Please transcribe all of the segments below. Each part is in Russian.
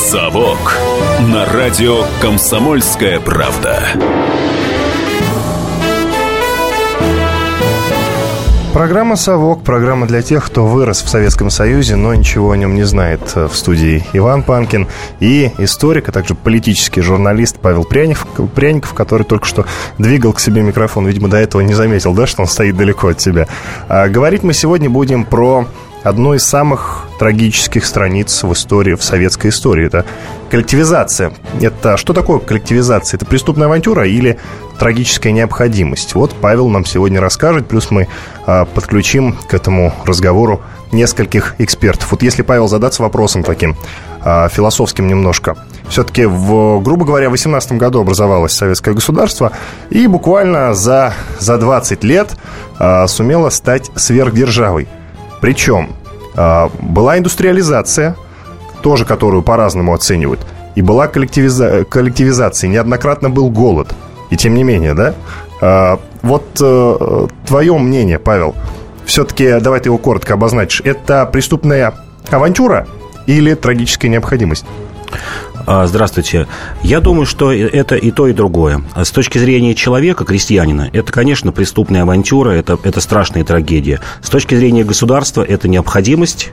«Совок» на радио «Комсомольская правда». Программа «Совок», программа для тех, кто вырос в Советском Союзе, но ничего о нем не знает. В студии Иван Панкин и историк, а также политический журналист Павел Пряников, который только что двигал к себе микрофон. Видимо, до этого не заметил, да, что он стоит далеко от тебя. Говорить мы сегодня будем про одну из самых трагических страниц в истории, в советской истории. Это коллективизация. Это что такое коллективизация? Это преступная авантюра или трагическая необходимость? Вот Павел нам сегодня расскажет, плюс мы подключим к этому разговору нескольких экспертов. Вот если, Павел, задаться вопросом таким философским немножко. Все-таки, грубо говоря, в 18 году образовалось советское государство и буквально за 20 лет сумело стать сверхдержавой. Причем была индустриализация, тоже которую по-разному оценивают, и была коллективизация, неоднократно был голод. И тем не менее, да? Вот твое мнение, Павел, все-таки, давай ты его коротко обозначишь, это преступная авантюра или трагическая необходимость? Здравствуйте. Я думаю, что это и то, и другое. С точки зрения человека, крестьянина, это, конечно, преступная авантюра, это страшная трагедия. С точки зрения государства, это необходимость.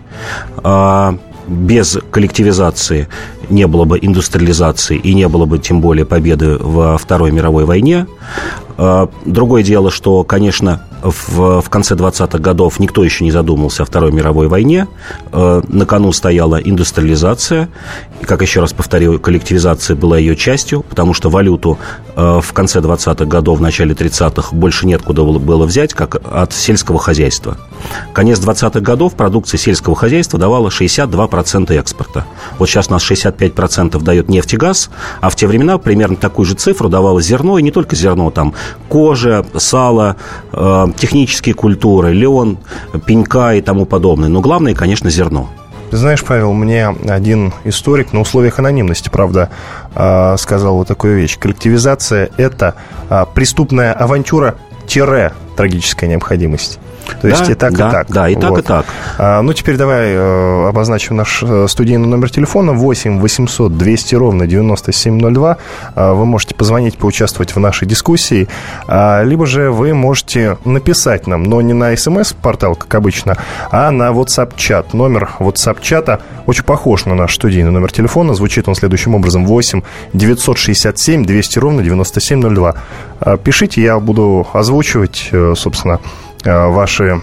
Без коллективизации не было бы индустриализации и не было бы, тем более, победы во Второй мировой войне. Другое дело, что, конечно, в конце 20-х годов никто еще не задумывался о Второй мировой войне. На кону стояла индустриализация. И, как еще раз повторю, коллективизация была ее частью, потому что валюту в конце 20-х годов, в начале 30-х больше неоткуда было взять, как от сельского хозяйства. Конец 20-х годов продукция сельского хозяйства давала 62% экспорта. Вот сейчас у нас 65% дает нефть и газ, а в те времена примерно такую же цифру давало зерно, и не только зерно, там кожа, сало, технические культуры, лен, пенька и тому подобное. Но главное, конечно, зерно. Ты знаешь, Павел, мне один историк на условиях анонимности, правда, сказал вот такую вещь. Коллективизация – это преступная авантюра-трагическая необходимость. То есть и так, и так. Да, и так, вот. И так. Ну, теперь давай обозначим наш студийный номер телефона 8 800 200 ровно 9702. Вы можете позвонить, поучаствовать в нашей дискуссии, либо же вы можете написать нам, но не на смс-портал, как обычно, а на WhatsApp-чат. Номер WhatsApp-чата очень похож на наш студийный номер телефона. Звучит он следующим образом: 8 967 200 ровно 9702. Пишите, я буду озвучивать, собственно, ваши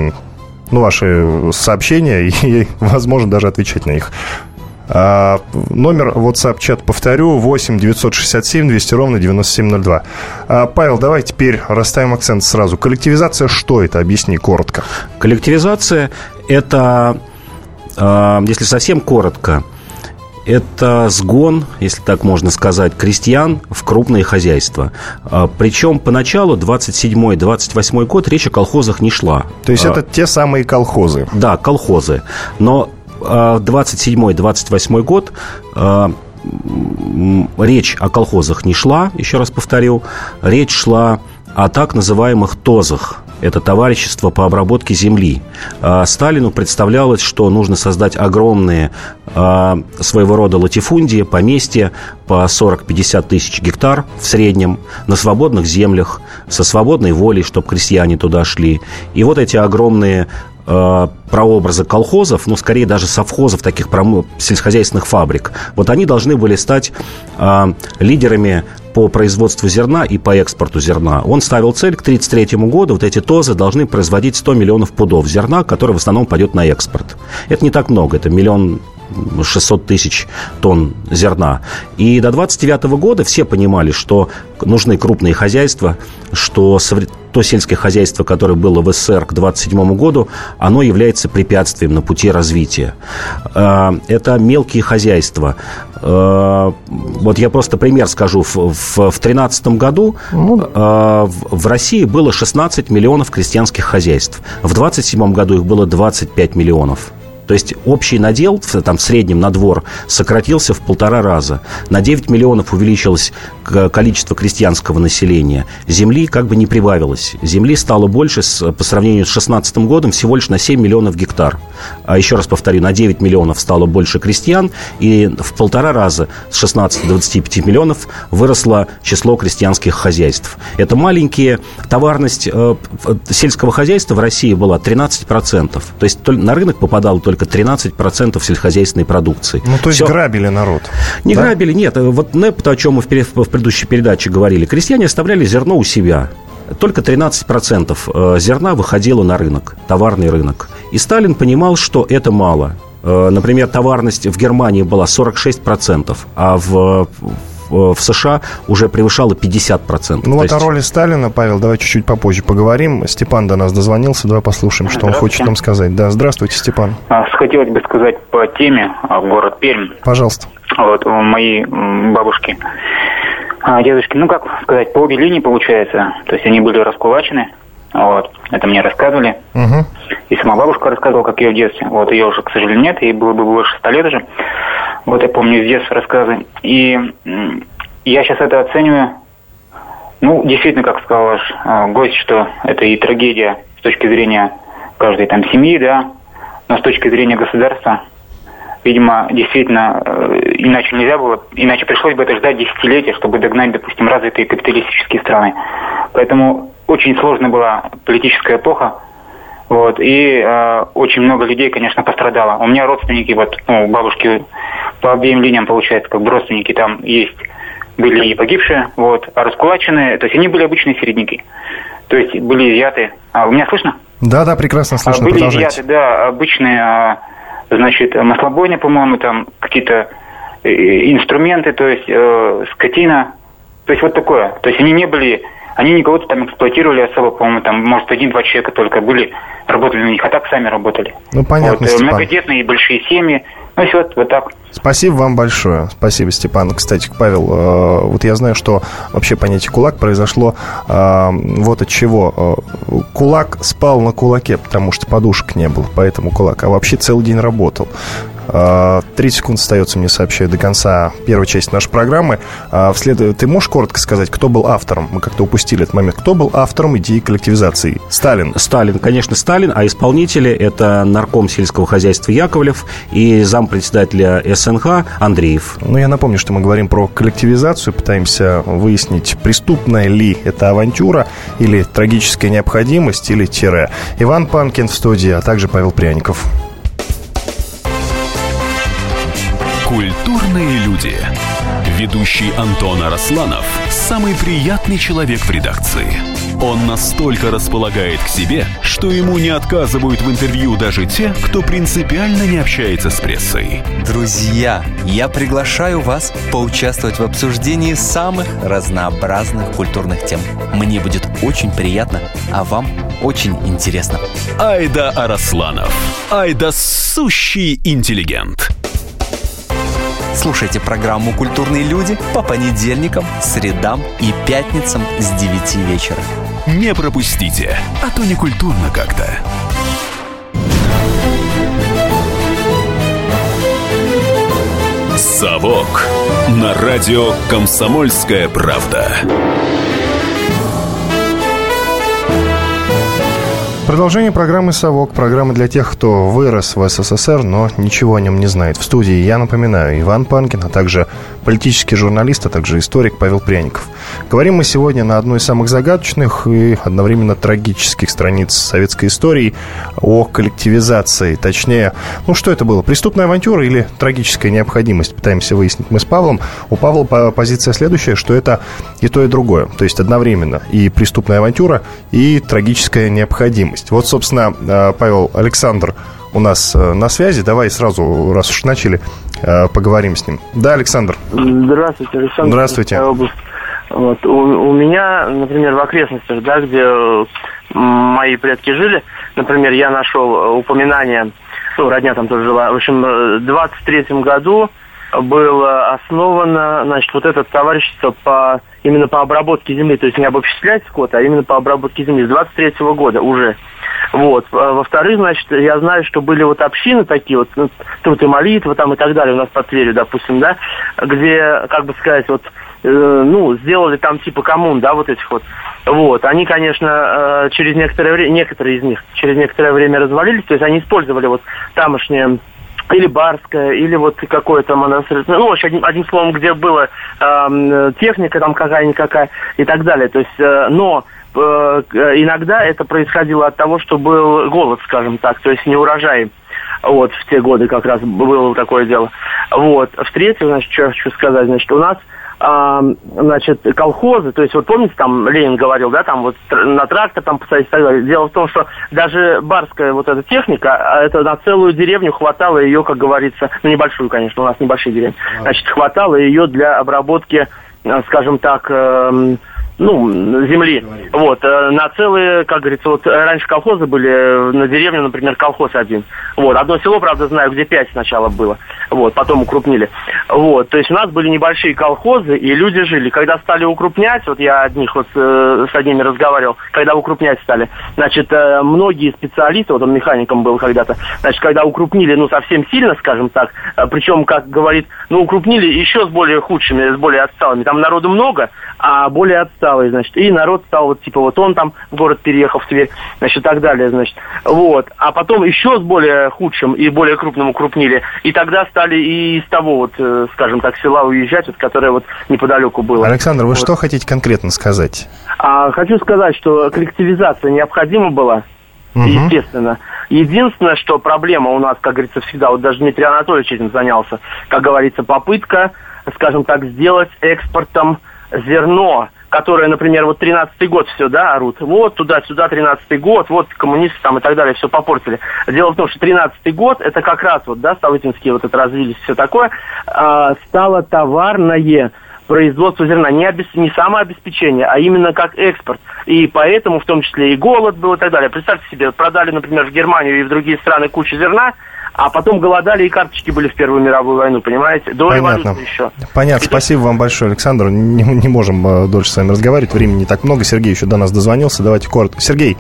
сообщения и, возможно, даже отвечать на них. Номер WhatsApp-чат, повторю, 8 967 200 ровно 9702. Павел, давай теперь расставим акцент сразу. Коллективизация, что это? Объясни коротко. Коллективизация – это, если совсем коротко, это сгон, если так можно сказать, крестьян в крупные хозяйства. Причем поначалу, 27-28 год, речь о колхозах не шла. То есть это те самые колхозы? Да, колхозы. Но 27-28 год речь о колхозах не шла, еще раз повторю. Речь шла о так называемых ТОЗах. Это товарищество по обработке земли. Сталину представлялось, что нужно создать огромные своего рода латифундии, поместья по 40-50 тысяч гектар в среднем на свободных землях, со свободной волей, чтобы крестьяне туда шли. И вот эти огромные прообразы колхозов, ну, скорее даже совхозов, таких сельскохозяйственных фабрик, вот они должны были стать лидерами по производству зерна и по экспорту зерна. Он ставил цель к 1933 году, вот эти ТОЗы должны производить 100 миллионов пудов зерна, который в основном пойдет на экспорт. Это не так много, это 1 600 000 тонн зерна. И до 1929 года все понимали, что нужны крупные хозяйства, что то сельское хозяйство, которое было в СССР к 1927 году, оно является препятствием на пути развития. Это мелкие хозяйства. Вот я просто пример скажу. В 2013 году в России было 16 миллионов крестьянских хозяйств. В 2027 году их было 25 миллионов. То есть общий надел там, в среднем на двор сократился в 1,5 раза. На 9 миллионов увеличилось количество крестьянского населения. Земли как бы не прибавилось. Земли стало больше по сравнению с 2016 годом всего лишь на 7 миллионов гектар. еще раз повторю, на 9 миллионов стало больше крестьян, и в 1,5 раза с 16 до 25 миллионов выросло число крестьянских хозяйств. Это маленькие. Товарность сельского хозяйства в России была 13%. То есть на рынок попадало только 13% сельскохозяйственной продукции. Ну, то есть грабили народ? Не грабили, нет. Вот НЭП, о чем мы в предыдущей передаче говорили, крестьяне оставляли зерно у себя. Только 13% зерна выходило на рынок, товарный рынок. И Сталин понимал, что это мало. Например, товарность в Германии была 46%, а в США уже превышало 50%. Ну вот о роли Сталина, Павел, давай чуть-чуть попозже поговорим. Степан до нас дозвонился, давай послушаем, что он хочет нам сказать. Да, здравствуйте, Степан. Хотелось бы сказать по теме город Пермь. Пожалуйста. Вот у моей бабушки, дедушки, ну как сказать, по обе линии получается. То есть они были раскулачены. Вот, это мне рассказывали. Угу. И сама бабушка рассказывала, как ее в детстве. Вот ее уже, к сожалению, нет, ей было бы больше 100 лет уже. Вот я помню с детства рассказы. И я сейчас это оцениваю, ну, действительно, как сказал ваш гость, что это и трагедия с точки зрения каждой там семьи, да, но с точки зрения государства, видимо, действительно, иначе нельзя было, иначе пришлось бы это ждать десятилетия, чтобы догнать, допустим, развитые капиталистические страны. Поэтому очень сложная была политическая эпоха, вот, и очень много людей, конечно, пострадало. У меня родственники, вот, ну, бабушки по обеим линиям, получается, как бы родственники там есть, были и погибшие, вот, а раскулаченные, то есть они были обычные середняки, то есть были изъяты. У меня слышно? Да, прекрасно слышно, были продолжайте. изъяты, да, обычные, значит, маслобойня, по-моему, там какие-то инструменты, то есть скотина, то есть вот такое. То есть они не были, они не кого-то там эксплуатировали особо, по-моему, там, может, 1-2 человека только были, работали на них, а так сами работали. Ну, понятно, вот, Степан. многодетные и большие семьи, ну, все, вот так. Спасибо вам большое. Спасибо, Степан. Кстати, Павел, вот я знаю, что вообще понятие «кулак» произошло вот от чего. Кулак спал на кулаке, потому что подушек не было, поэтому кулак. А вообще целый день работал. 30 секунд остается, мне сообщают, до конца первой части нашей программы. Ты можешь коротко сказать, кто был автором? Мы как-то упустили этот момент. Кто был автором идеи коллективизации? Сталин? Сталин, конечно, Сталин, а исполнители – это нарком сельского хозяйства Яковлев и зампредседателя СНХ Андреев. Ну, я напомню, что мы говорим про коллективизацию, пытаемся выяснить, преступная ли это авантюра, или трагическая необходимость, или тире. Иван Панкин в студии, а также Павел Пряников. Культурные люди. Ведущий Антон Арасланов – самый приятный человек в редакции. Он настолько располагает к себе, что ему не отказывают в интервью даже те, кто принципиально не общается с прессой. Друзья, я приглашаю вас поучаствовать в обсуждении самых разнообразных культурных тем. Мне будет очень приятно, а вам очень интересно. Айда Арасланов. Айда сущий интеллигент. Слушайте программу «Культурные люди» по понедельникам, средам и пятницам с 9 вечера. Не пропустите, а то не культурно как-то. «Совок» на радио «Комсомольская правда». Продолжение программы «Совок». Программа для тех, кто вырос в СССР, но ничего о нем не знает. В студии, я напоминаю, Иван Панкин, а также политический журналист, а также историк Павел Пряников. Говорим мы сегодня на одной из самых загадочных и одновременно трагических страниц советской истории о коллективизации. Точнее, ну что это было? Преступная авантюра или трагическая необходимость? Пытаемся выяснить мы с Павлом. У Павла позиция следующая, что это и то, и другое. То есть одновременно и преступная авантюра, и трагическая необходимость. Вот, собственно, Павел, Александр у нас на связи. Давай сразу, раз уж начали, поговорим с ним. Да, Александр? Здравствуйте, Александр. Здравствуйте. Вот, у меня, например, в окрестностях, да, где мои предки жили, например, я нашел упоминание, ну, родня там тоже жила, в общем, в 23-м году было основано, значит, вот это товарищество именно по обработке земли, то есть не об обчислять скот, а именно по обработке земли с 23-го года уже. Вот. Во-вторых, значит, я знаю, что были вот общины такие вот, труд и молитва там и так далее у нас под Тверью, допустим, да, где, как бы сказать, вот сделали там типа коммун, да, вот этих вот. Вот, они, конечно, через некоторое время, некоторые из них через некоторое время развалились, то есть они использовали вот тамошнее или барское, или вот какое-то монастырь, в общем, одним словом, где была техника там какая-никакая и так далее, то есть, но иногда это происходило от того, что был голод, скажем так, то есть неурожай. Вот, в те годы как раз было такое дело. Вот. В-третьих, значит, что я хочу сказать, значит, у нас, колхозы, то есть, вот помните, там Ленин говорил, да, там вот на трактор там посадить и так далее. Дело в том, что даже барская вот эта техника, это на целую деревню хватало ее, как говорится, небольшую, конечно, у нас небольшие деревни, значит, хватало ее для обработки, скажем так, земли. Вот, на целые, как говорится, вот раньше колхозы были, на деревню, например, колхоз один. Вот, одно село, правда, знаю, где 5 сначала было. Вот, потом укрупнили. Вот, то есть у нас были небольшие колхозы, и люди жили. Когда стали укрупнять, вот я с одними разговаривал, когда укрупнять стали, значит, многие специалисты, вот он механиком был когда-то, значит, когда укрупнили, совсем сильно, скажем так, причем, как говорит, укрупнили еще с более худшими, с более отсталыми. Там народу много, а более отсталые, значит, и народ стал вот, типа, вот он там в город переехал, в Тверь, значит, и так далее, значит, вот. А потом еще с более худшим и более крупным укрупнили, и тогда стали и из того вот, скажем так, села уезжать, вот, которое вот неподалеку было. Александр, вы что хотите конкретно сказать? Хочу сказать, что коллективизация необходима была, естественно. Единственное, что проблема у нас, как говорится, всегда, вот даже Дмитрий Анатольевич этим занялся, как говорится, попытка, скажем так, сделать экспортом зерно, которое, например, вот 13-й год все, да, орут, вот туда-сюда 13-й год, вот коммунисты там и так далее все попортили. Дело в том, что 13-й год, это как раз вот, да, Столыпинские вот это развились, все такое, стало товарное производство зерна, не самообеспечение, а именно как экспорт. И поэтому, в том числе, и голод был и так далее. Представьте себе, продали, например, в Германию и в другие страны кучу зерна, а потом голодали, и карточки были в Первую мировую войну, понимаете? До революции еще. Понятно. Спасибо вам большое, Александр. Не можем дольше с вами разговаривать. Времени не так много. Сергей еще до нас дозвонился. Давайте коротко. Сергей.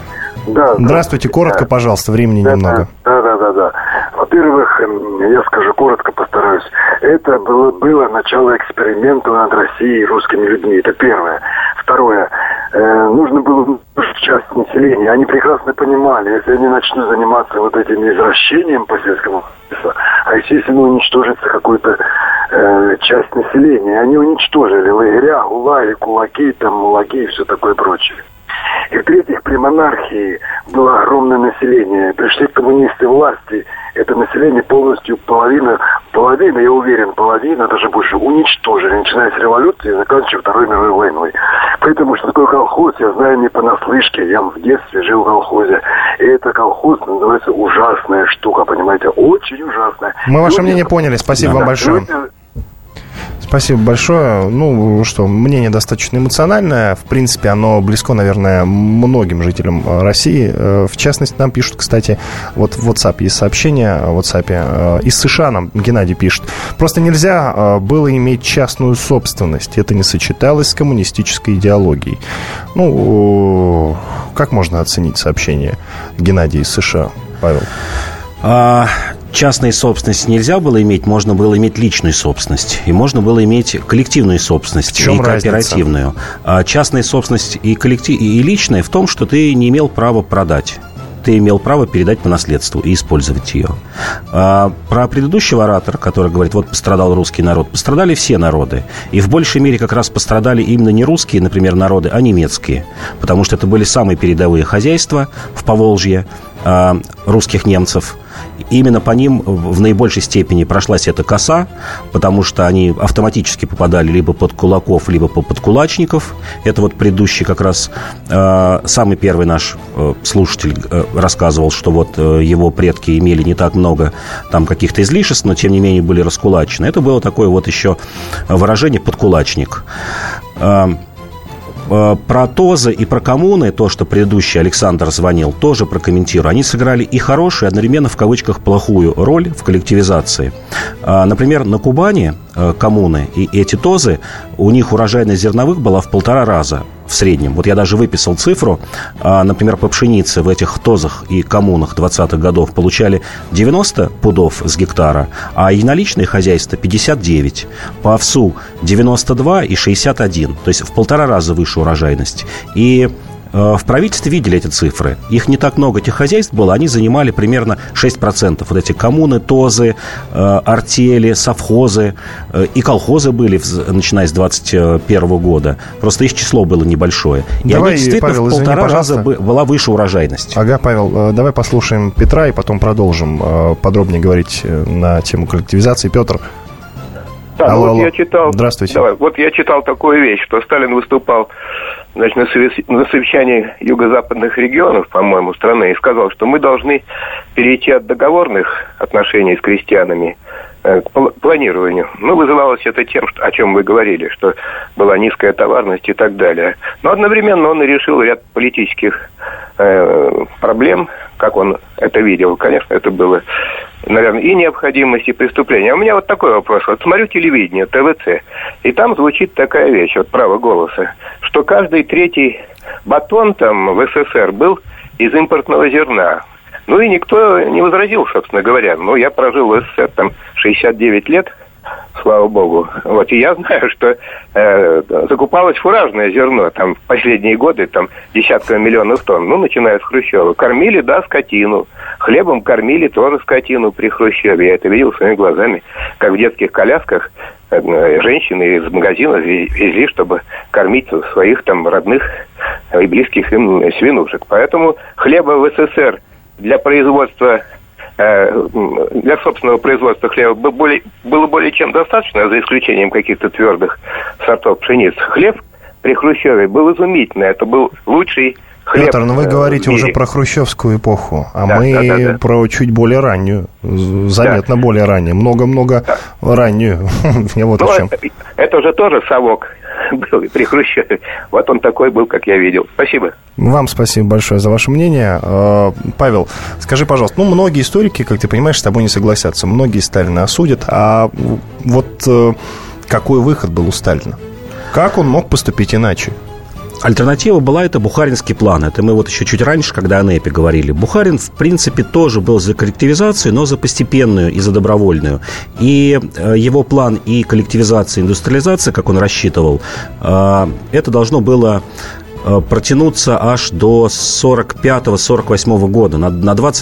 Да. Здравствуйте. Коротко, пожалуйста. Времени немного. Да. Во-первых, я скажу коротко, постараюсь. Это было начало эксперимента над Россией и русскими людьми. Это первое. Второе. Нужно было часть населения. Они прекрасно понимали, если они начнут заниматься вот этим извращением по сельскому хозяйству, естественно, уничтожится какую-то часть населения. Они уничтожили лагеря, ГУЛАГи, кулаки, мулаги и все такое прочее. И в-третьих, при монархии было огромное население. Пришли коммунисты власти, это население полностью половина, я уверен, половина, даже больше, уничтожили, начиная с революции и заканчивая Второй мировой войной. Поэтому, что такое колхоз, я знаю не понаслышке. Я в детстве жил в колхозе. И это колхоз называется ужасная штука, понимаете, очень ужасная. Мы ваше мнение поняли, спасибо вам большое. Спасибо большое. Мнение достаточно эмоциональное. В принципе, оно близко, наверное, многим жителям России. В частности, нам пишут, кстати, вот в WhatsApp есть сообщение, в WhatsApp из США нам Геннадий пишет. Просто нельзя было иметь частную собственность. Это не сочеталось с коммунистической идеологией. Как можно оценить сообщение Геннадия из США, Павел? Частной собственности нельзя было иметь, можно было иметь личную собственность. И можно было иметь коллективную собственность и кооперативную. Частная собственность и личная в том, что ты не имел права продать. Ты имел право передать по наследству и использовать ее. Про предыдущего оратора, который говорит, вот пострадал русский народ, пострадали все народы. И в большей мере как раз пострадали именно не русские, например, народы, а немецкие. Потому что это были самые передовые хозяйства в Поволжье русских немцев. Именно по ним в наибольшей степени прошлась эта коса, потому что они автоматически попадали либо под кулаков, либо под кулачников. Это вот предыдущий как раз самый первый наш слушатель рассказывал, что вот его предки имели не так много там каких-то излишеств, но тем не менее были раскулачены. Это было такое вот еще выражение «подкулачник». Про ТОЗы и про коммуны, то, что предыдущий Александр звонил, тоже прокомментирую. Они сыграли и хорошую, и одновременно в кавычках плохую роль в коллективизации. Например, на Кубани коммуны и эти ТОЗы, у них урожайность зерновых была в 1,5 раза в среднем. Вот я даже выписал цифру. Например, по пшенице в этих ТОЗах и коммунах 20-х годов получали 90 пудов с гектара, а единоличные хозяйства 59. По овсу 92 и 61. То есть в 1,5 раза выше урожайность. И в правительстве видели эти цифры. Их не так много, этих хозяйств было. Они занимали примерно 6%. Вот эти коммуны, ТОЗы, артели, совхозы и колхозы были, начиная с 2021 года. Просто их число было небольшое. И давай, они действительно Павел, в 1,5 раза была выше урожайность. Ага, Павел, давай послушаем Петра и потом продолжим подробнее говорить на тему коллективизации. Петр. Да, алло, вот алло. я читал. Здравствуйте. Давай, вот я читал такую вещь, что Сталин выступал, значит, на совещании юго-западных регионов, по-моему, страны, и сказал, что мы должны перейти от договорных отношений с крестьянами к планированию. Ну, вызывалось это тем, о чем вы говорили, что была низкая товарность и так далее. Но одновременно он и решил ряд политических проблем, как он это видел. Конечно, это было, наверное, и необходимость, и преступление. А у меня вот такой вопрос. Вот смотрю телевидение, ТВЦ, и там звучит такая вещь, вот право голоса, что каждый третий батон там в СССР был из импортного зерна. Ну и никто не возразил, собственно говоря. Ну, я прожил в СССР там 69 лет, слава богу. Вот, и я знаю, что закупалось фуражное зерно там в последние годы, там десятками миллионов тонн, ну, начиная с Хрущева. Кормили, да, скотину. Хлебом кормили тоже скотину при Хрущеве. Я это видел своими глазами, как в детских колясках женщины из магазина везли, чтобы кормить своих там родных и близких им свинушек. Поэтому хлеба в СССР для производства, для собственного производства хлеба было более чем достаточно, за исключением каких-то твердых сортов пшеницы. Хлеб при Хрущеве был изумительный. Это был лучший хлеб. Петр, но вы говорите уже про хрущевскую эпоху, а да, мы про чуть более раннюю, заметно более раннюю, много-много раннюю. Вот ну, в чем. Это же тоже совок был при Хрущеве. Вот он такой был, как я видел. Спасибо. Вам спасибо большое за ваше мнение. Павел, скажи, пожалуйста, ну, многие историки, как ты понимаешь, с тобой не согласятся. Многие Сталина осудят. А вот какой выход был у Сталина? Как он мог поступить иначе? Альтернатива была это Бухаринский план. Это мы вот еще чуть раньше, когда о НЭПе говорили. Бухарин, в принципе, тоже был за коллективизацию, но за постепенную и за добровольную. И его план и коллективизация, и индустриализация, как он рассчитывал, это должно было протянуться аж до 45-48 года. На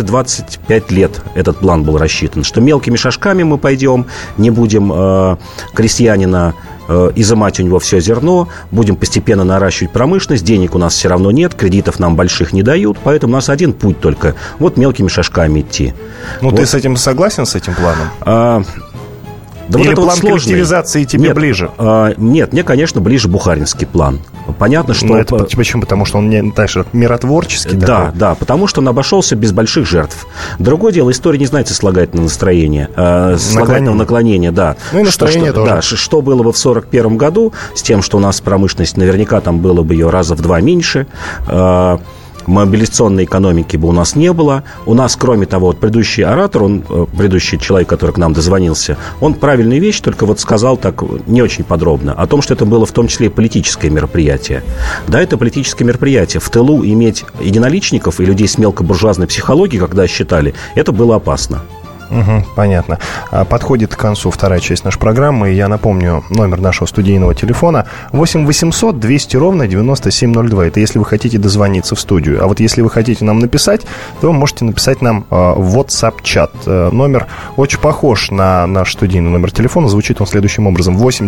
20-25 лет этот план был рассчитан. Что мелкими шажками мы пойдем, не будем крестьянина изымать у него все зерно, будем постепенно наращивать промышленность, денег у нас все равно нет, кредитов нам больших не дают, поэтому у нас один путь только, вот мелкими шажками идти. Ну, вот. Ты с этим согласен, с этим планом? Да или вот план вот коллективизации тебе ближе? Нет, мне, конечно, ближе Бухаринский план. Понятно, что... Но это почему? Потому что он не дальше миротворческий? Да, такой? Да, потому что он обошелся без больших жертв. Другое дело, история не знает сослагательного настроения. Сослагательного наклонения, да. Ну и настроение тоже. Да, что было бы в 1941 году с тем, что у нас промышленность, наверняка там было бы ее раза в 2 меньше, мобилизационной экономики бы у нас не было. У нас, кроме того, вот предыдущий оратор, предыдущий человек, который к нам дозвонился, он правильную вещь, только вот сказал так не очень подробно, о том, что это было в том числе и политическое мероприятие. Да, это политическое мероприятие. В тылу иметь единоличников и людей с мелкобуржуазной психологией, когда считали, это было опасно. Угу, понятно. Подходит к концу вторая часть нашей программы. Я напомню номер нашего студийного телефона 8 800 200 ровно 9702. Это если вы хотите дозвониться в студию. А вот если вы хотите нам написать, то вы можете написать нам в WhatsApp-чат. Номер очень похож на наш студийный номер телефона. Звучит он следующим образом: 8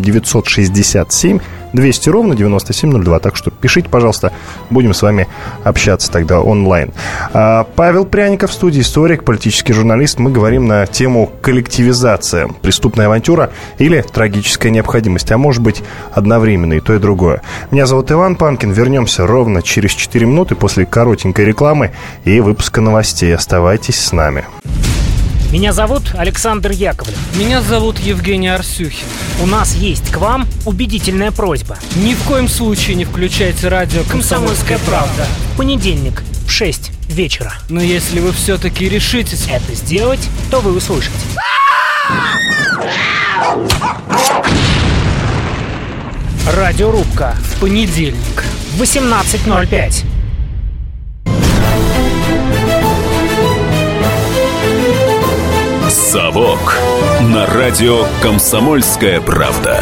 967 200 ровно 9702. Так что пишите, пожалуйста, будем с вами общаться тогда онлайн. Павел Пряников в студии, историк, политический журналист. Мы говорим на тему коллективизация, преступная авантюра или трагическая необходимость, а может быть одновременно и то, и другое. Меня зовут Иван Панкин. Вернемся ровно через 4 минуты после коротенькой рекламы и выпуска новостей. Оставайтесь с нами. Меня зовут Александр Яковлев. Меня зовут Евгений Арсюхин. У нас есть к вам убедительная просьба. Ни в коем случае не включайте радио «Комсомольская правда». В понедельник в 6 вечера. Но если вы все-таки решитесь это сделать, то вы услышите. Радиорубка. В понедельник в 18:05. «Совок» на радио «Комсомольская правда».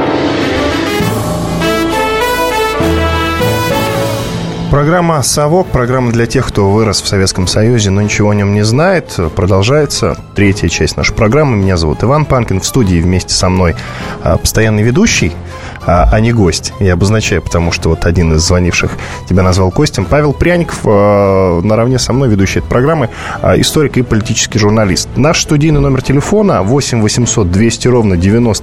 Программа «Совок», программа для тех, кто вырос в Советском Союзе, но ничего о нем не знает. Продолжается третья часть нашей программы. Меня зовут Иван Панкин. В студии вместе со мной постоянный ведущий, а не гость. Я обозначаю, потому что вот один из звонивших тебя назвал гостем. Павел Пряников, наравне со мной ведущий этой программы, историк и политический журналист. Наш студийный номер телефона 8 800 200 ровно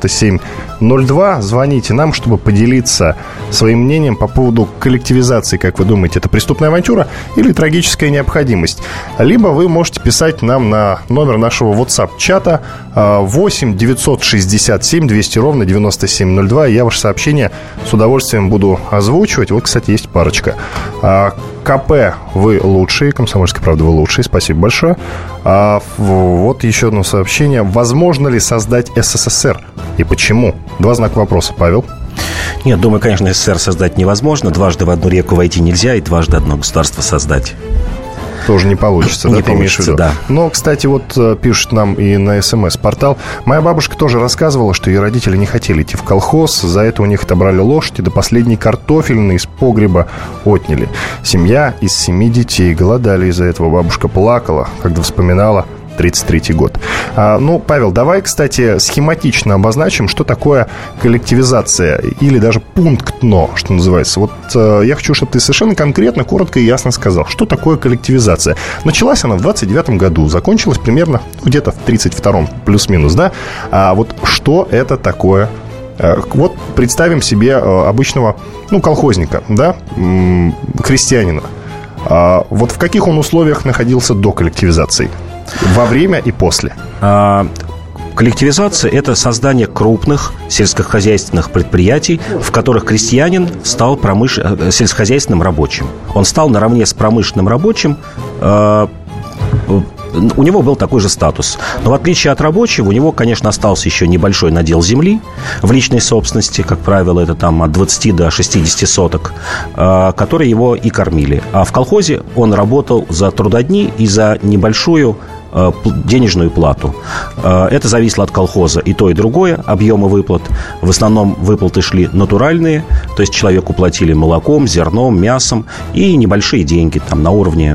9702. Звоните нам, чтобы поделиться своим мнением по поводу коллективизации. Как вы думаете, это преступная авантюра или трагическая необходимость? Либо вы можете писать нам на номер нашего WhatsApp-чата 8 967 200 ровно 9702. Я ваше сообщение с удовольствием буду озвучивать. Вот, кстати, есть парочка. КП, вы лучшие. «Комсомольская правда», вы лучшие. Спасибо большое. Вот еще одно сообщение. Возможно ли создать СССР? И почему? Два знака вопроса, Павел. Нет, думаю, конечно, СССР создать невозможно. Дважды в одну реку войти нельзя, и дважды одно государство создать тоже не получится, не да, ты имеешь в виду? Да. Но, кстати, вот пишут нам и на СМС-портал. Моя бабушка тоже рассказывала, что ее родители не хотели идти в колхоз. За это у них отобрали лошади, до последней картофельной из погреба отняли. Семья из 7 детей. Голодали из-за этого. Бабушка плакала, когда вспоминала 1933 год. Павел, давай, кстати, схематично обозначим, что такое коллективизация или даже пунктно, что называется. Вот я хочу, чтобы ты совершенно конкретно, коротко и ясно сказал, что такое коллективизация. Началась она в 29 году, закончилась примерно где-то в 32-м, плюс-минус, да? А вот что это такое? Вот представим себе обычного, колхозника, да, крестьянина. Вот в каких он условиях находился до коллективизации? Во время и после. Коллективизация – это создание крупных сельскохозяйственных предприятий, в которых крестьянин стал сельскохозяйственным рабочим. Он стал наравне с промышленным рабочим. У него был такой же статус. Но в отличие от рабочего, у него, конечно, остался еще небольшой надел земли в личной собственности, как правило, это там от 20 до 60 соток, которые его и кормили. А в колхозе он работал за трудодни и за небольшую денежную плату. Это зависело от колхоза и то, и другое, объемы выплат. В основном выплаты шли натуральные, то есть человеку платили молоком, зерном, мясом и небольшие деньги, там на уровне,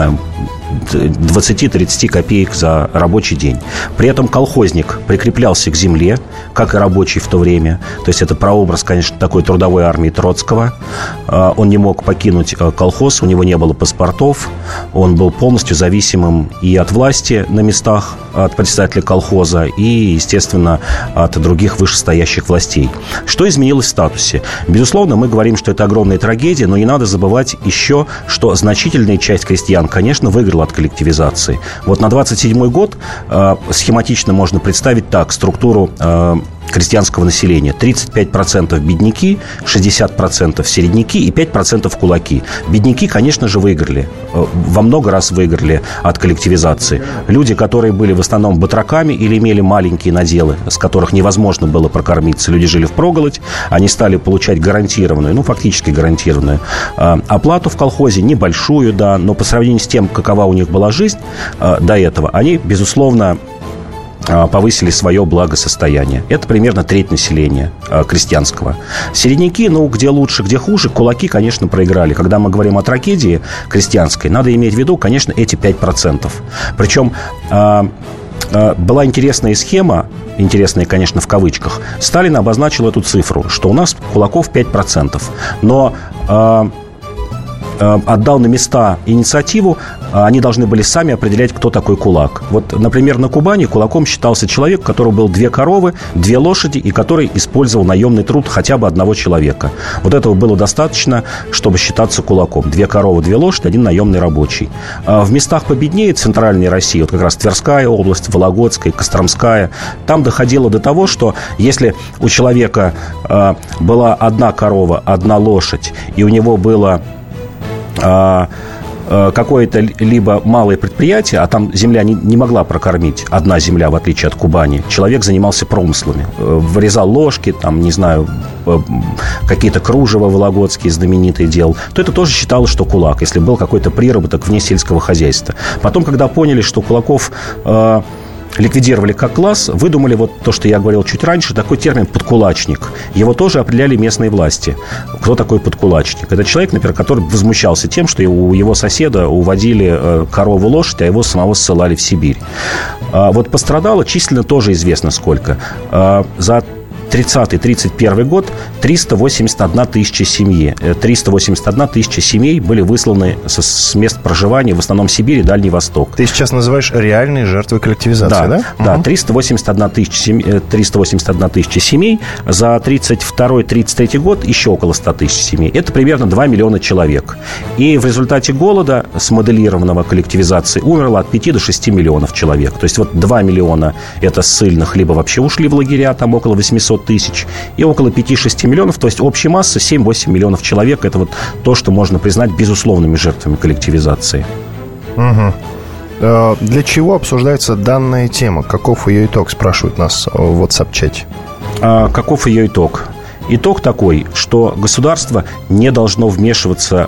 20-30 копеек за рабочий день. При этом колхозник прикреплялся к земле, как и рабочий в то время. То есть это прообраз, конечно, такой трудовой армии Троцкого. Он не мог покинуть колхоз, у него не было паспортов. Он был полностью зависимым и от власти на местах, от председателя колхоза, и, естественно, от других вышестоящих властей. Что изменилось в статусе? Безусловно, мы говорим, что это огромная трагедия, но не надо забывать еще, что значительная часть крестьян, конечно, выиграла от коллективизации. Вот на 27-й год схематично можно представить так структуру крестьянского населения. 35% бедняки, 60% середняки и 5% кулаки. Бедняки, конечно же, выиграли. Во много раз выиграли от коллективизации. Люди, которые были в основном батраками или имели маленькие наделы, с которых невозможно было прокормиться, люди жили впроголодь, они стали получать гарантированную, фактически гарантированную оплату в колхозе, небольшую, да, но по сравнению с тем, какова у них была жизнь до этого, они, безусловно, повысили свое благосостояние. Это примерно треть населения крестьянского. Середняки, где лучше, где хуже. Кулаки, конечно, проиграли. Когда мы говорим о трагедии крестьянской, надо иметь в виду, конечно, эти 5%. Причем была интересная схема, интересная, конечно, в кавычках. Сталин обозначил эту цифру, что у нас кулаков 5%. Но отдал на места инициативу, они должны были сами определять, кто такой кулак. Вот, например, на Кубани кулаком считался человек, у которого было 2 коровы, 2 лошади, и который использовал наемный труд хотя бы одного человека. Вот этого было достаточно, чтобы считаться кулаком. 2 коровы, 2 лошади, 1 наемный рабочий. В местах победнее центральной России, вот как раз Тверская область, Вологодская, Костромская, там доходило до того, что если у человека была 1 корова, 1 лошадь, и у него было какое-то либо малое предприятие, а там земля не могла прокормить, одна земля, в отличие от Кубани, человек занимался промыслами, вырезал ложки, там, не знаю, какие-то кружева вологодские знаменитые делал, то это тоже считалось, что кулак, если был какой-то приработок вне сельского хозяйства. Потом, когда поняли, что кулаков ликвидировали как класс, выдумали вот то, что я говорил чуть раньше, такой термин «подкулачник». Его тоже определяли местные власти. Кто такой подкулачник? Это человек, например, который возмущался тем, что у его соседа уводили корову, лошадь, а его самого ссылали в Сибирь. Вот пострадало численно тоже известно сколько. За 30-31 год 381 тысяча семьи. 381 тысяча семей были высланы с мест проживания, в основном Сибирь и Дальний Восток. Ты сейчас называешь реальные жертвы коллективизации, да? Да, 381 тысяча семей. За 32-33 год еще около 100 тысяч семей. Это примерно 2 миллиона человек. И в результате голода, смоделированного коллективизации, умерло от 5 до 6 миллионов человек. То есть вот 2 миллиона это ссыльных либо вообще ушли в лагеря, там около 800 тысяч, и около 5-6 миллионов, то есть общая масса 7-8 миллионов человек. Это вот то, что можно признать безусловными жертвами коллективизации. Угу. Для чего обсуждается данная тема? Каков ее итог, спрашивают нас в WhatsApp-чате. Каков ее итог? Итог такой, что государство не должно вмешиваться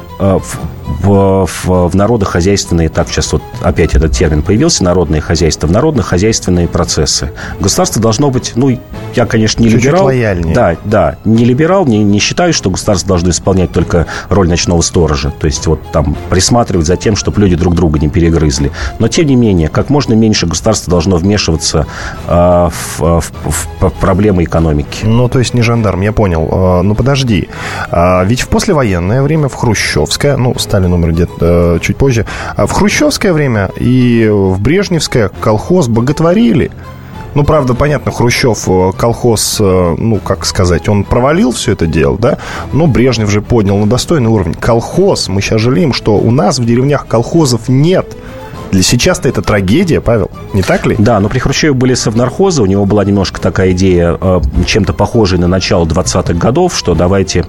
в народохозяйственные, так сейчас вот опять этот термин появился, народное хозяйство, в народно-хозяйственные процессы. Государство должно быть, я, конечно, не либерал. Чуть-чуть лояльнее. Да, не либерал, не считаю, что государство должно исполнять только роль ночного сторожа, то есть вот там присматривать за тем, чтобы люди друг друга не перегрызли. Но, тем не менее, как можно меньше государство должно вмешиваться в проблемы экономики. То есть не жандарм, я понял. Но подожди, ведь в послевоенное время, в хрущевское, Сталин умер где-то чуть позже, в хрущевское время и в брежневское колхоз боготворили. Правда, понятно, Хрущев колхоз, как сказать, он провалил все это дело, да? Но Брежнев же поднял на достойный уровень. Колхоз, мы сейчас жалеем, что у нас в деревнях колхозов нет. Сейчас-то это трагедия, Павел, не так ли? Да, но при Хрущеве были совнархозы, у него была немножко такая идея, чем-то похожая на начало 20-х годов, что давайте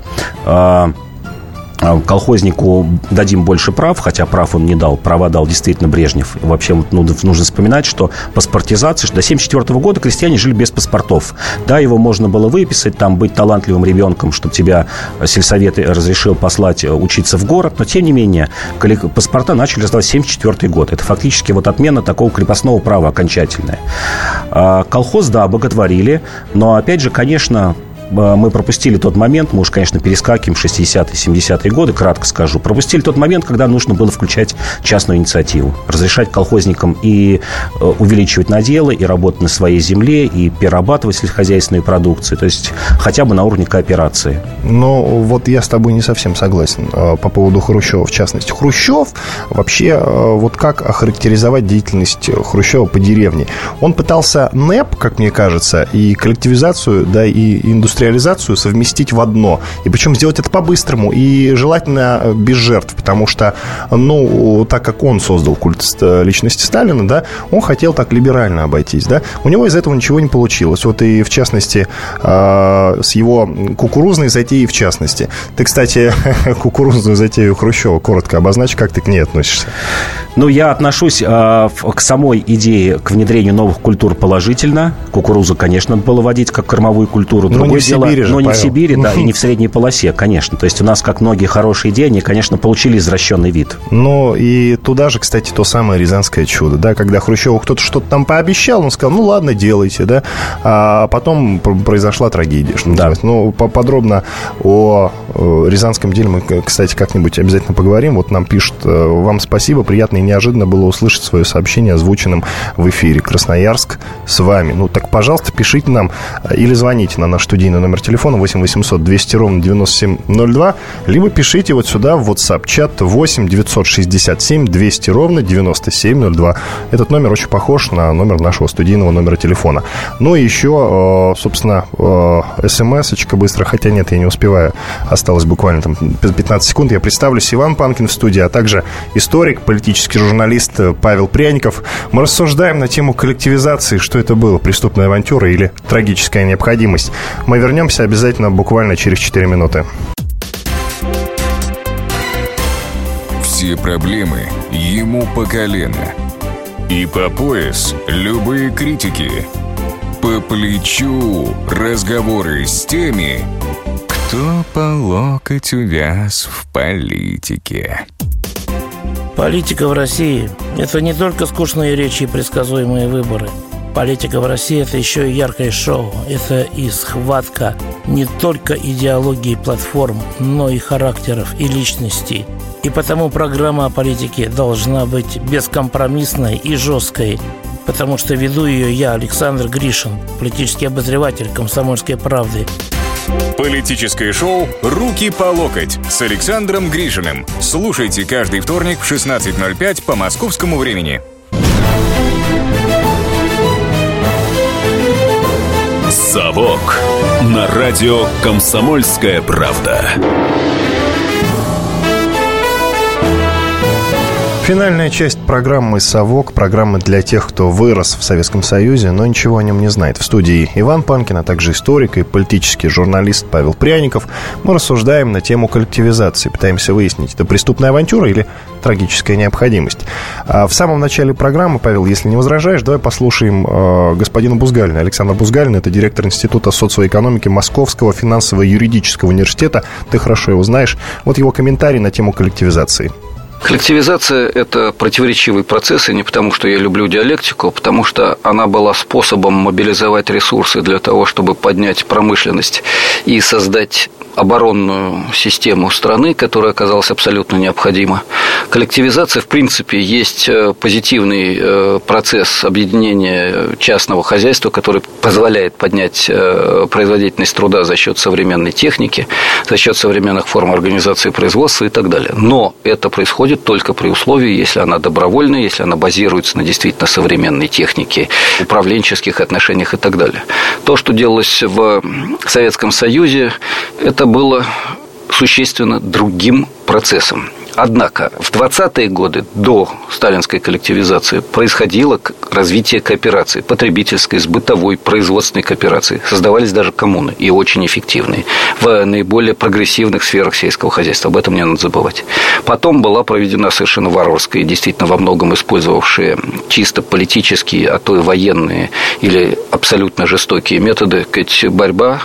колхознику дадим больше прав, хотя прав он не дал, права дал действительно Брежнев. Вообще нужно вспоминать, что паспортизация, что до 1974 года крестьяне жили без паспортов. Да, его можно было выписать, там быть талантливым ребенком, чтобы тебя сельсовет разрешил послать учиться в город, но тем не менее паспорта начали раздавать 1974 год. Это фактически вот отмена такого крепостного права окончательная. Колхоз, да, боготворили, но опять же, конечно, мы пропустили тот момент, мы уж, конечно, перескакиваем 60-е, 70-е годы, кратко скажу, пропустили тот момент, когда нужно было включать частную инициативу, разрешать колхозникам и увеличивать наделы, и работать на своей земле, и перерабатывать сельскохозяйственную продукцию, то есть хотя бы на уровне кооперации. Но вот я с тобой не совсем согласен по поводу Хрущева, в частности. Хрущев вообще, вот как охарактеризовать деятельность Хрущева по деревне? Он пытался НЭП, как мне кажется, и коллективизацию, да, и индустриализацию совместить в одно. И причем сделать это по-быстрому и желательно без жертв, потому что, так как он создал культ личности Сталина, да, он хотел так либерально обойтись, да. У него из этого ничего не получилось. Вот и, в частности, с его кукурузной затеей, в частности. Ты, кстати, кукурузную затею Хрущева коротко обозначь, как ты к ней относишься? Я отношусь к самой идее, к внедрению новых культур положительно. Кукурузу, конечно, надо было вводить как кормовую культуру. Другое дело, но не в Сибири, да, и не в средней полосе, конечно. То есть у нас, как многие хорошие идеи, они, конечно, получили извращенный вид. И туда же, кстати, то самое рязанское чудо, да, когда Хрущеву кто-то что-то там пообещал, он сказал, ладно, делайте, да, а потом произошла трагедия, что называется. Подробно о рязанском деле мы, кстати, как-нибудь обязательно поговорим. Вот нам пишут, вам спасибо, приятно и неожиданно было услышать свое сообщение, озвученным в эфире. Красноярск с вами. Так, пожалуйста, пишите нам или звоните на наш студийный номер телефона 8 800 200 ровно 9702, либо пишите вот сюда в WhatsApp-чат 8 967 200 ровно 9702. Этот номер очень похож на номер нашего студийного номера телефона. И еще, собственно, смс-очка быстро, хотя нет, я не успеваю, осталось буквально 15 секунд. Я представлюсь, Иван Панкин в студии, а также историк, политический журналист Павел Пряников. Мы рассуждаем на тему коллективизации, что это было, преступная авантюра или трагическая необходимость. Мы вернемся обязательно буквально через 4 минуты. Все все проблемы ему по колено. И по пояс любые критики. По плечу разговоры с теми, кто по локоть увяз в политике. Политика в России – это не только скучные речи и предсказуемые выборы. Политика в России – это еще и яркое шоу. Это и схватка не только идеологии платформ, но и характеров и личностей. И потому программа о политике должна быть бескомпромиссной и жесткой. Потому что веду ее я, Александр Гришин, политический обозреватель «Комсомольской правды». Политическое шоу «Руки по локоть» с Александром Гришиным. Слушайте каждый вторник в 16:05 по московскому времени. «Совок» на радио «Комсомольская правда». Финальная часть программы «Совок», программы для тех, кто вырос в Советском Союзе, но ничего о нем не знает. В студии Иван Панкин, а также историк и политический журналист Павел Пряников. Мы рассуждаем на тему коллективизации, пытаемся выяснить, это преступная авантюра или трагическая необходимость. А в самом начале программы, Павел, если не возражаешь, давай послушаем господина Бузгалина. Александр Бузгалин – это директор Института социоэкономики Московского финансово-юридического университета. Ты хорошо его знаешь. Вот его комментарий на тему коллективизации. Коллективизация – это противоречивый процесс, и не потому, что я люблю диалектику, а потому что она была способом мобилизовать ресурсы для того, чтобы поднять промышленность и создать оборонную систему страны, которая оказалась абсолютно необходима. Коллективизация, в принципе, есть позитивный процесс объединения частного хозяйства, который позволяет поднять производительность труда за счет современной техники, за счет современных форм организации производства и так далее. Но это происходит только при условии, если она добровольная, если она базируется на действительно современной технике, управленческих отношениях и так далее. То, что делалось в Советском Союзе, это было существенно другим процессом. Однако в 20-е годы до сталинской коллективизации происходило развитие кооперации, потребительской, бытовой, производственной кооперации. Создавались даже коммуны, и очень эффективные, в наиболее прогрессивных сферах сельского хозяйства. Об этом не надо забывать. Потом была проведена совершенно варварская, действительно во многом использовавшая чисто политические, а то и военные или абсолютно жестокие методы, борьба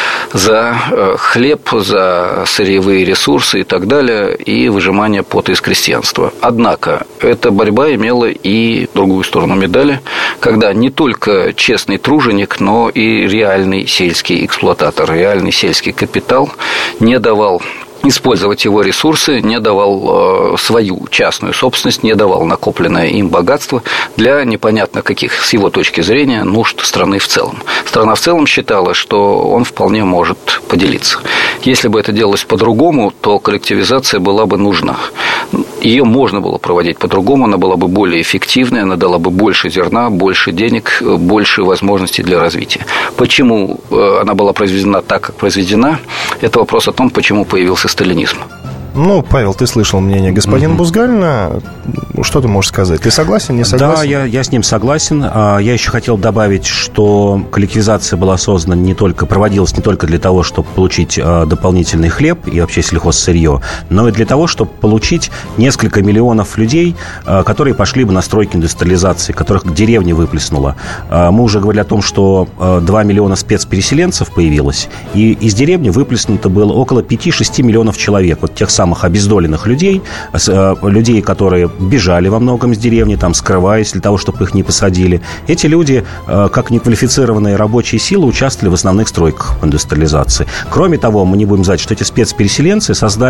за хлеб, за сырьевые ресурсы и так далее, и выжимание пота из крестьянства. Однако эта борьба имела и другую сторону медали, когда не только честный труженик, но и реальный сельский эксплуататор, реальный сельский капитал не давал использовать его ресурсы, не давал свою частную собственность, не давал накопленное им богатство для непонятно каких, с его точки зрения, нужд страны в целом. Страна в целом считала, что он вполне может поделиться. Если бы это делалось по-другому, то коллективизация была бы нужна. Ее можно было проводить по-другому, она была бы более эффективной, она дала бы больше зерна, больше денег, больше возможностей для развития. Почему она была произведена так, как произведена, это вопрос о том, почему появился сталинизм. Ну, Павел, ты слышал мнение господина Бузгалина. Что ты можешь сказать? Ты согласен, не согласен? Да, я с ним согласен. Я еще хотел добавить, что коллективизация была создана проводилась не только для того, чтобы получить дополнительный хлеб и вообще сельхозсырье, но и для того, чтобы получить несколько миллионов людей, которые пошли бы на стройки индустриализации, которых деревня выплеснула. Мы уже говорили о том, что 2 миллиона спецпереселенцев появилось, и из деревни выплеснуто было около 5-6 миллионов человек, вот тех самых обездоленных людей, людей, которые бежали во многом с деревни, там, скрываясь для того, чтобы их не посадили. Эти люди, как неквалифицированные рабочие силы, участвовали в основных стройках индустриализации. Кроме того, мы не будем знать, что эти спецпереселенцы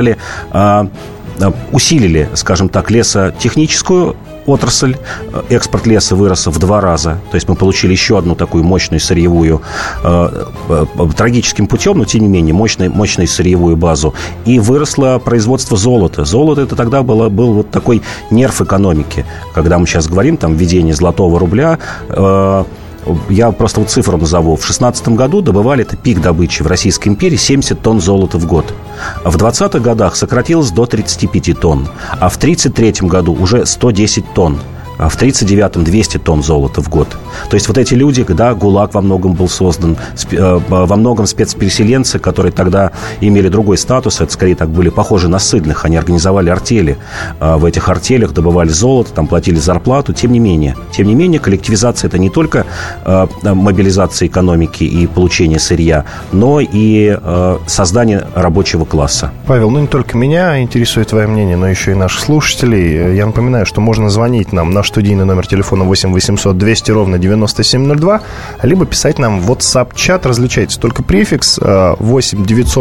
усилили, скажем так, лесотехническую отрасль, экспорт леса вырос в 2 раза. То есть мы получили еще одну такую мощную сырьевую, трагическим путем, но тем не менее, мощную сырьевую базу. И выросло производство золота. Золото это тогда был вот такой нерв экономики. Когда мы сейчас говорим, там, введение золотого рубля, я просто вот цифру назову. В 2016 году добывали, это пик добычи в Российской империи, 70 тонн золота в год. В 20-х годах сократилось до 35 тонн. А в 1933 году уже 110 тонн. В 1939-м 200 тонн золота в год. То есть вот эти люди, да, ГУЛАГ во многом был создан, во многом спецпереселенцы, которые тогда имели другой статус, это скорее так были похожи на ссыльных, они организовали артели. В этих артелях добывали золото, там платили зарплату. Тем не менее, коллективизация – это не только мобилизация экономики и получение сырья, но и создание рабочего класса. Павел, не только меня интересует твое мнение, но еще и наших слушателей. Я напоминаю, что можно звонить нам на студийный номер телефона 8 800 200 ровно 9702, либо писать нам в WhatsApp-чат, различайте только префикс 8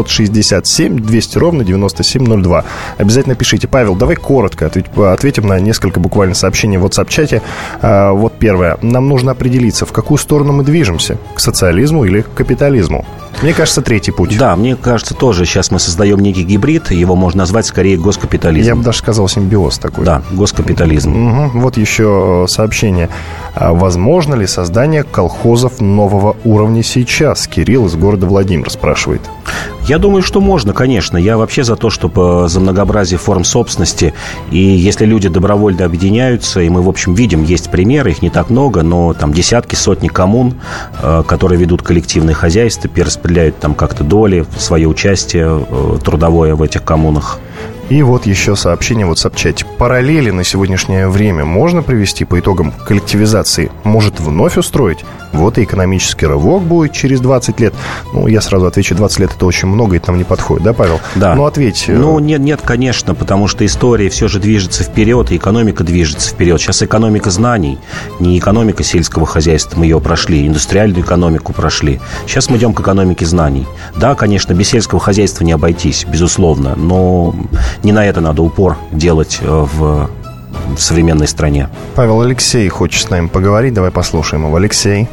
967 200 ровно 9702. Обязательно пишите. Павел, давай коротко ответим на несколько буквально сообщений в WhatsApp-чате. Вот первое. Нам нужно определиться, в какую сторону мы движемся, к социализму или к капитализму. Мне кажется, третий путь. Да, мне кажется, тоже сейчас мы создаем некий гибрид, его можно назвать скорее госкапитализм. Я бы даже сказал симбиоз такой. Да, госкапитализм. Угу. Вот еще сообщение. Возможно ли создание колхозов нового уровня сейчас? Кирилл из города Владимир спрашивает. Я думаю, что можно, конечно. Я вообще за то, чтобы за многообразие форм собственности. И если люди добровольно объединяются, и мы, в общем, видим, есть примеры, их не так много, но там десятки, сотни коммун, которые ведут коллективные хозяйства, перераспределяют там как-то доли, свое участие трудовое в этих коммунах. И вот еще сообщение в WhatsApp-чате. Параллели на сегодняшнее время можно привести по итогам коллективизации? Может, вновь устроить? Вот и экономический рывок будет через 20 лет. Ну, я сразу отвечу, 20 лет это очень много, и нам не подходит, да, Павел? Да. Ну, ответь. Ну, нет, конечно, потому что история все же движется вперед, и экономика движется вперед. Сейчас экономика знаний, не экономика сельского хозяйства, мы ее прошли, индустриальную экономику прошли. Сейчас мы идем к экономике знаний. Да, конечно, без сельского хозяйства не обойтись, безусловно, но не на это надо упор делать в современной стране. Павел, Алексей хочет с нами поговорить. Давай послушаем его. Алексей.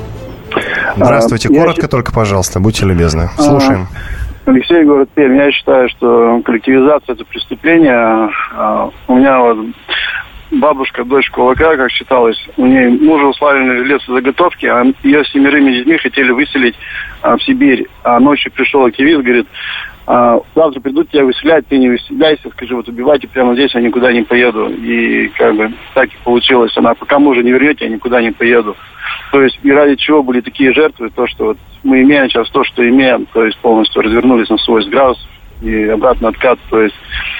Здравствуйте. Коротко только, пожалуйста, будьте любезны. Слушаем. Алексей, город Пермь. Я считаю, что коллективизация – это преступление. У меня вот бабушка, дочь кулака, как считалось, у нее мужа услали на лесозаготовки, а ее с 7 детьми хотели выселить в Сибирь. А ночью пришел активист, говорит: завтра придут тебя выселять, ты не выселяйся, скажи, вот убивайте прямо здесь, я никуда не поеду. И как бы так и получилось. Она: пока мужа не вернете, я никуда не поеду. То есть и ради чего были такие жертвы, то, что вот мы имеем сейчас то, что имеем, то есть полностью развернулись на свой градус и обратно откат, то есть...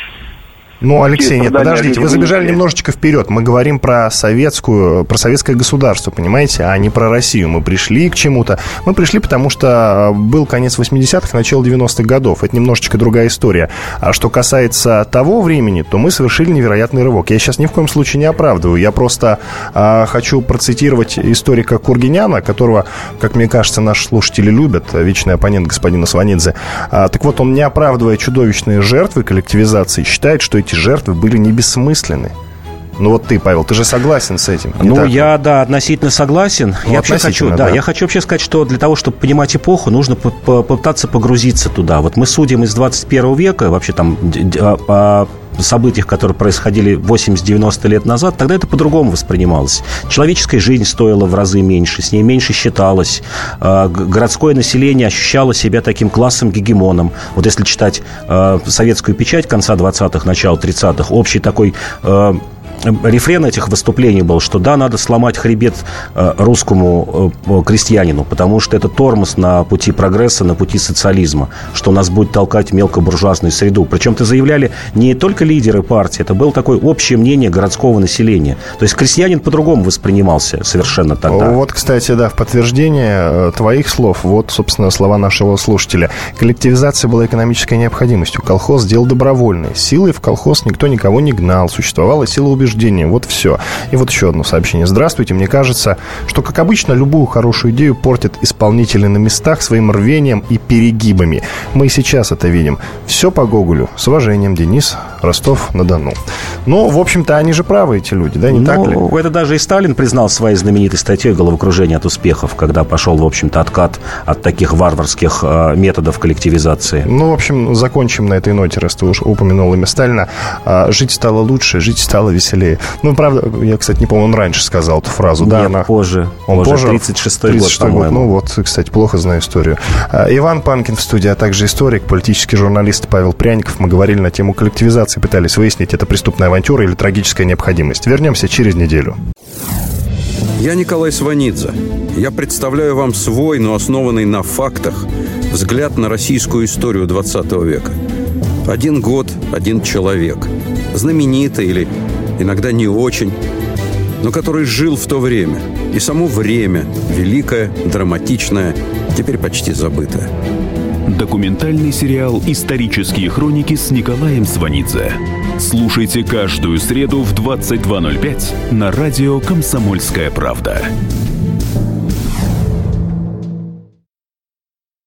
Ну, Алексей, нет, подождите, вы забежали немножечко вперед. Мы говорим про советское государство, понимаете, а не про Россию. Мы пришли к чему-то. Мы пришли, потому что был конец 80-х, начало 90-х годов. Это немножечко другая история. А что касается того времени, то мы совершили невероятный рывок. Я сейчас ни в коем случае не оправдываю. Я просто хочу процитировать историка Кургиняна, которого, как мне кажется, наши слушатели любят, вечный оппонент господина Сванидзе. Так вот, он, не оправдывая чудовищные жертвы коллективизации, считает, что эти жертвы были не бессмысленны. Ну вот ты, Павел, ты же согласен с этим? Ну, я, да, относительно согласен. Ну, я хочу вообще сказать, что для того, чтобы понимать эпоху, нужно попытаться погрузиться туда. Вот мы судим из 21 века, вообще там о событиях, которые происходили 80-90 лет назад, тогда это по-другому воспринималось. Человеческая жизнь стоила в разы меньше, с ней меньше считалось. Городское население ощущало себя таким классом-гегемоном. Вот если читать советскую печать конца 20-х, начала 30-х, общий такой... рефрен этих выступлений был, что да, надо сломать хребет русскому крестьянину, потому что это тормоз на пути прогресса, на пути социализма, что нас будет толкать в мелкобуржуазную среду. Причем это заявляли не только лидеры партии, это было такое общее мнение городского населения. То есть крестьянин по-другому воспринимался совершенно тогда. Вот, кстати, да, в подтверждение твоих слов, вот, собственно, слова нашего слушателя. Коллективизация была экономической необходимостью. Колхоз сделал добровольный. Силой в колхоз никто никого не гнал. Существовала сила убеждения. Вот все. И вот еще одно сообщение. Здравствуйте. Мне кажется, что, как обычно, любую хорошую идею портят исполнители на местах своим рвением и перегибами. Мы и сейчас это видим. Все по Гоголю. С уважением, Денис, Ростов-на-Дону. Ну, в общем-то, они же правы, эти люди, да, не так ли? Это даже и Сталин признал своей знаменитой статьей «Головокружение от успехов», когда пошел, в общем-то, откат от таких варварских методов коллективизации. Ну, в общем, закончим на этой ноте, раз ты уж упомянул имя Сталина. Жить стало лучше, жить стало веселее. Веселее. Ну, правда, я, кстати, не помню, он раньше сказал эту фразу. Да, она... позже. Он позже? 36-й год, по-моему. Ну, вот, кстати, плохо знаю историю. Иван Панкин в студии, а также историк, политический журналист Павел Пряников. Мы говорили на тему коллективизации, пытались выяснить, это преступная авантюра или трагическая необходимость. Вернемся через неделю. Я Николай Сванидзе. Я представляю вам свой, но основанный на фактах, взгляд на российскую историю 20 века. 1 год, 1 человек. Знаменитый или иногда не очень, но который жил в то время. И само время великое, драматичное, теперь почти забытое. Документальный сериал «Исторические хроники» с Николаем Сванидзе. Слушайте каждую среду в 22:05 на радио «Комсомольская правда».